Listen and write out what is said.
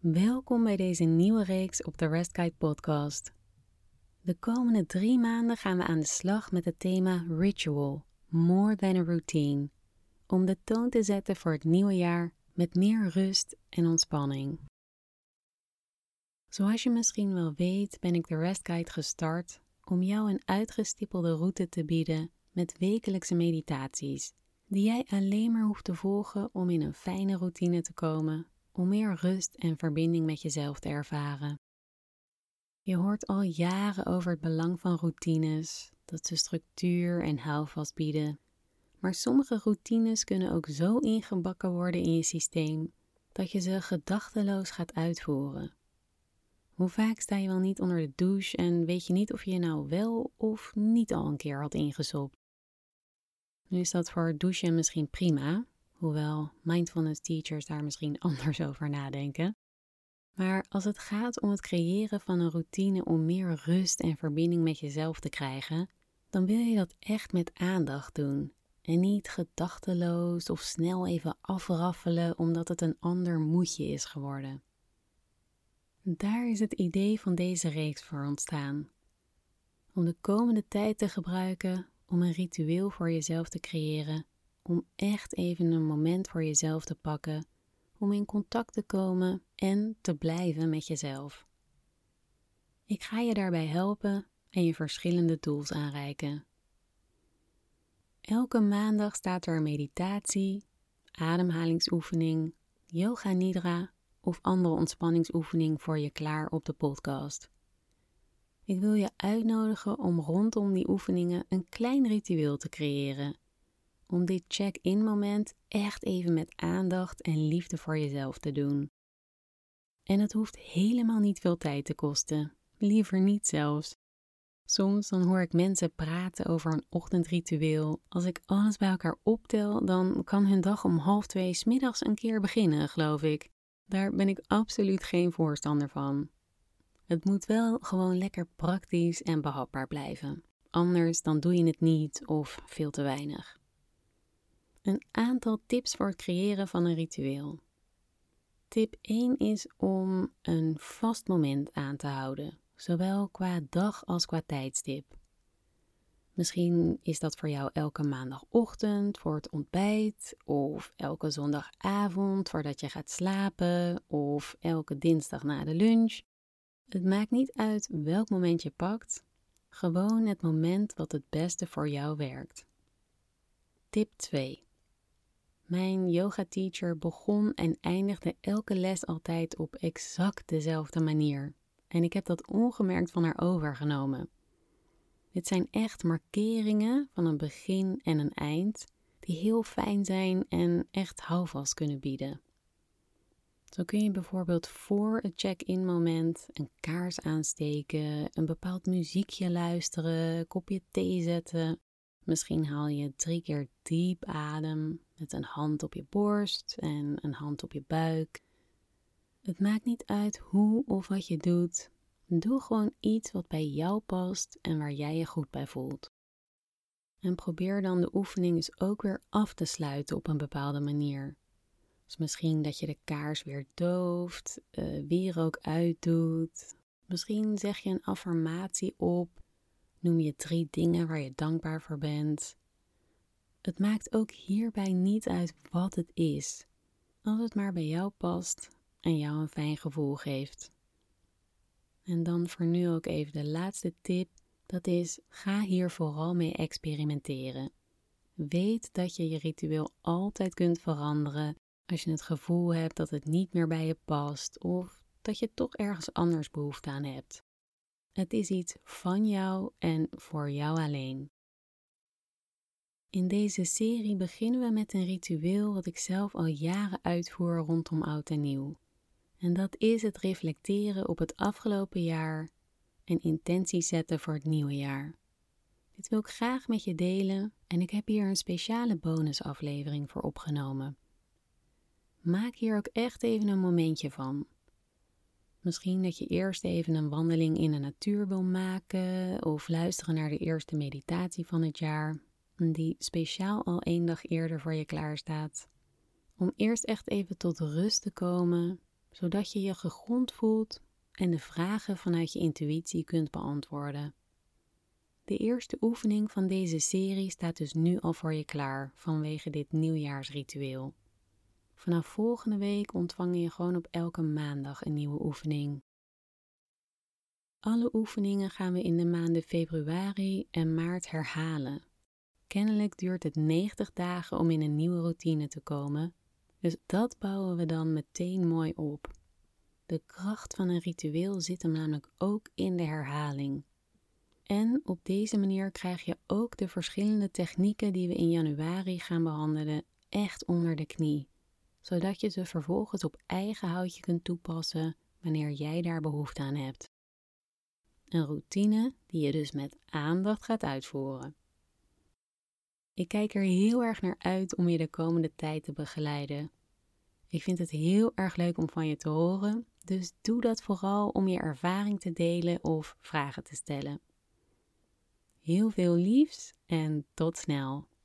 Welkom bij deze nieuwe reeks op de Rest Guide podcast. De komende 3 maanden gaan we aan de slag met het thema Ritual, More Than a Routine, om de toon te zetten voor het nieuwe jaar met meer rust en ontspanning. Zoals je misschien wel weet ben ik de Rest Guide gestart om jou een uitgestippelde route te bieden met wekelijkse meditaties, die jij alleen maar hoeft te volgen om in een fijne routine te komen, om meer rust en verbinding met jezelf te ervaren. Je hoort al jaren over het belang van routines, dat ze structuur en houvast bieden. Maar sommige routines kunnen ook zo ingebakken worden in je systeem, dat je ze gedachteloos gaat uitvoeren. Hoe vaak sta je wel niet onder de douche en weet je niet of je nou wel of niet al een keer had ingesopt? Nu is dat voor douchen misschien prima, hoewel mindfulness teachers daar misschien anders over nadenken. Maar als het gaat om het creëren van een routine om meer rust en verbinding met jezelf te krijgen, dan wil je dat echt met aandacht doen. En niet gedachteloos of snel even afraffelen omdat het een ander moedje is geworden. Daar is het idee van deze reeks voor ontstaan. Om de komende tijd te gebruiken om een ritueel voor jezelf te creëren, om echt even een moment voor jezelf te pakken, om in contact te komen en te blijven met jezelf. Ik ga je daarbij helpen en je verschillende tools aanreiken. Elke maandag staat er een meditatie, ademhalingsoefening, yoga nidra of andere ontspanningsoefening voor je klaar op de podcast. Ik wil je uitnodigen om rondom die oefeningen een klein ritueel te creëren. Om dit check-in moment echt even met aandacht en liefde voor jezelf te doen. En het hoeft helemaal niet veel tijd te kosten. Liever niet zelfs. Soms dan hoor ik mensen praten over een ochtendritueel. Als ik alles bij elkaar optel, dan kan hun dag om 1:30 's middags een keer beginnen, geloof ik. Daar ben ik absoluut geen voorstander van. Het moet wel gewoon lekker praktisch en behapbaar blijven. Anders dan doe je het niet of veel te weinig. Een aantal tips voor het creëren van een ritueel. Tip 1 is om een vast moment aan te houden, zowel qua dag als qua tijdstip. Misschien is dat voor jou elke maandagochtend voor het ontbijt, of elke zondagavond voordat je gaat slapen, of elke dinsdag na de lunch. Het maakt niet uit welk moment je pakt, gewoon het moment wat het beste voor jou werkt. Tip 2. Mijn yoga-teacher begon en eindigde elke les altijd op exact dezelfde manier. En ik heb dat ongemerkt van haar overgenomen. Dit zijn echt markeringen van een begin en een eind, die heel fijn zijn en echt houvast kunnen bieden. Zo kun je bijvoorbeeld voor het check-in moment een kaars aansteken, een bepaald muziekje luisteren, kopje thee zetten. Misschien haal je 3 keer diep adem met een hand op je borst en een hand op je buik. Het maakt niet uit hoe of wat je doet. Doe gewoon iets wat bij jou past en waar jij je goed bij voelt. En probeer dan de oefening dus ook weer af te sluiten op een bepaalde manier. Dus misschien dat je de kaars weer dooft, wierook uitdoet. Misschien zeg je een affirmatie op. Noem je 3 dingen waar je dankbaar voor bent. Het maakt ook hierbij niet uit wat het is, als het maar bij jou past en jou een fijn gevoel geeft. En dan voor nu ook even de laatste tip, dat is: ga hier vooral mee experimenteren. Weet dat je je ritueel altijd kunt veranderen als je het gevoel hebt dat het niet meer bij je past of dat je toch ergens anders behoefte aan hebt. Het is iets van jou en voor jou alleen. In deze serie beginnen we met een ritueel wat ik zelf al jaren uitvoer rondom oud en nieuw. En dat is het reflecteren op het afgelopen jaar en intenties zetten voor het nieuwe jaar. Dit wil ik graag met je delen en ik heb hier een speciale bonusaflevering voor opgenomen. Maak hier ook echt even een momentje van. Misschien dat je eerst even een wandeling in de natuur wil maken of luisteren naar de eerste meditatie van het jaar, die speciaal al 1 dag eerder voor je klaar staat. Om eerst echt even tot rust te komen, zodat je je gegrond voelt en de vragen vanuit je intuïtie kunt beantwoorden. De eerste oefening van deze serie staat dus nu al voor je klaar vanwege dit nieuwjaarsritueel. Vanaf volgende week ontvang je gewoon op elke maandag een nieuwe oefening. Alle oefeningen gaan we in de maanden februari en maart herhalen. Kennelijk duurt het 90 dagen om in een nieuwe routine te komen, dus dat bouwen we dan meteen mooi op. De kracht van een ritueel zit hem namelijk ook in de herhaling. En op deze manier krijg je ook de verschillende technieken die we in januari gaan behandelen echt onder de knie, zodat je ze vervolgens op eigen houtje kunt toepassen wanneer jij daar behoefte aan hebt. Een routine die je dus met aandacht gaat uitvoeren. Ik kijk er heel erg naar uit om je de komende tijd te begeleiden. Ik vind het heel erg leuk om van je te horen, dus doe dat vooral om je ervaring te delen of vragen te stellen. Heel veel liefs en tot snel!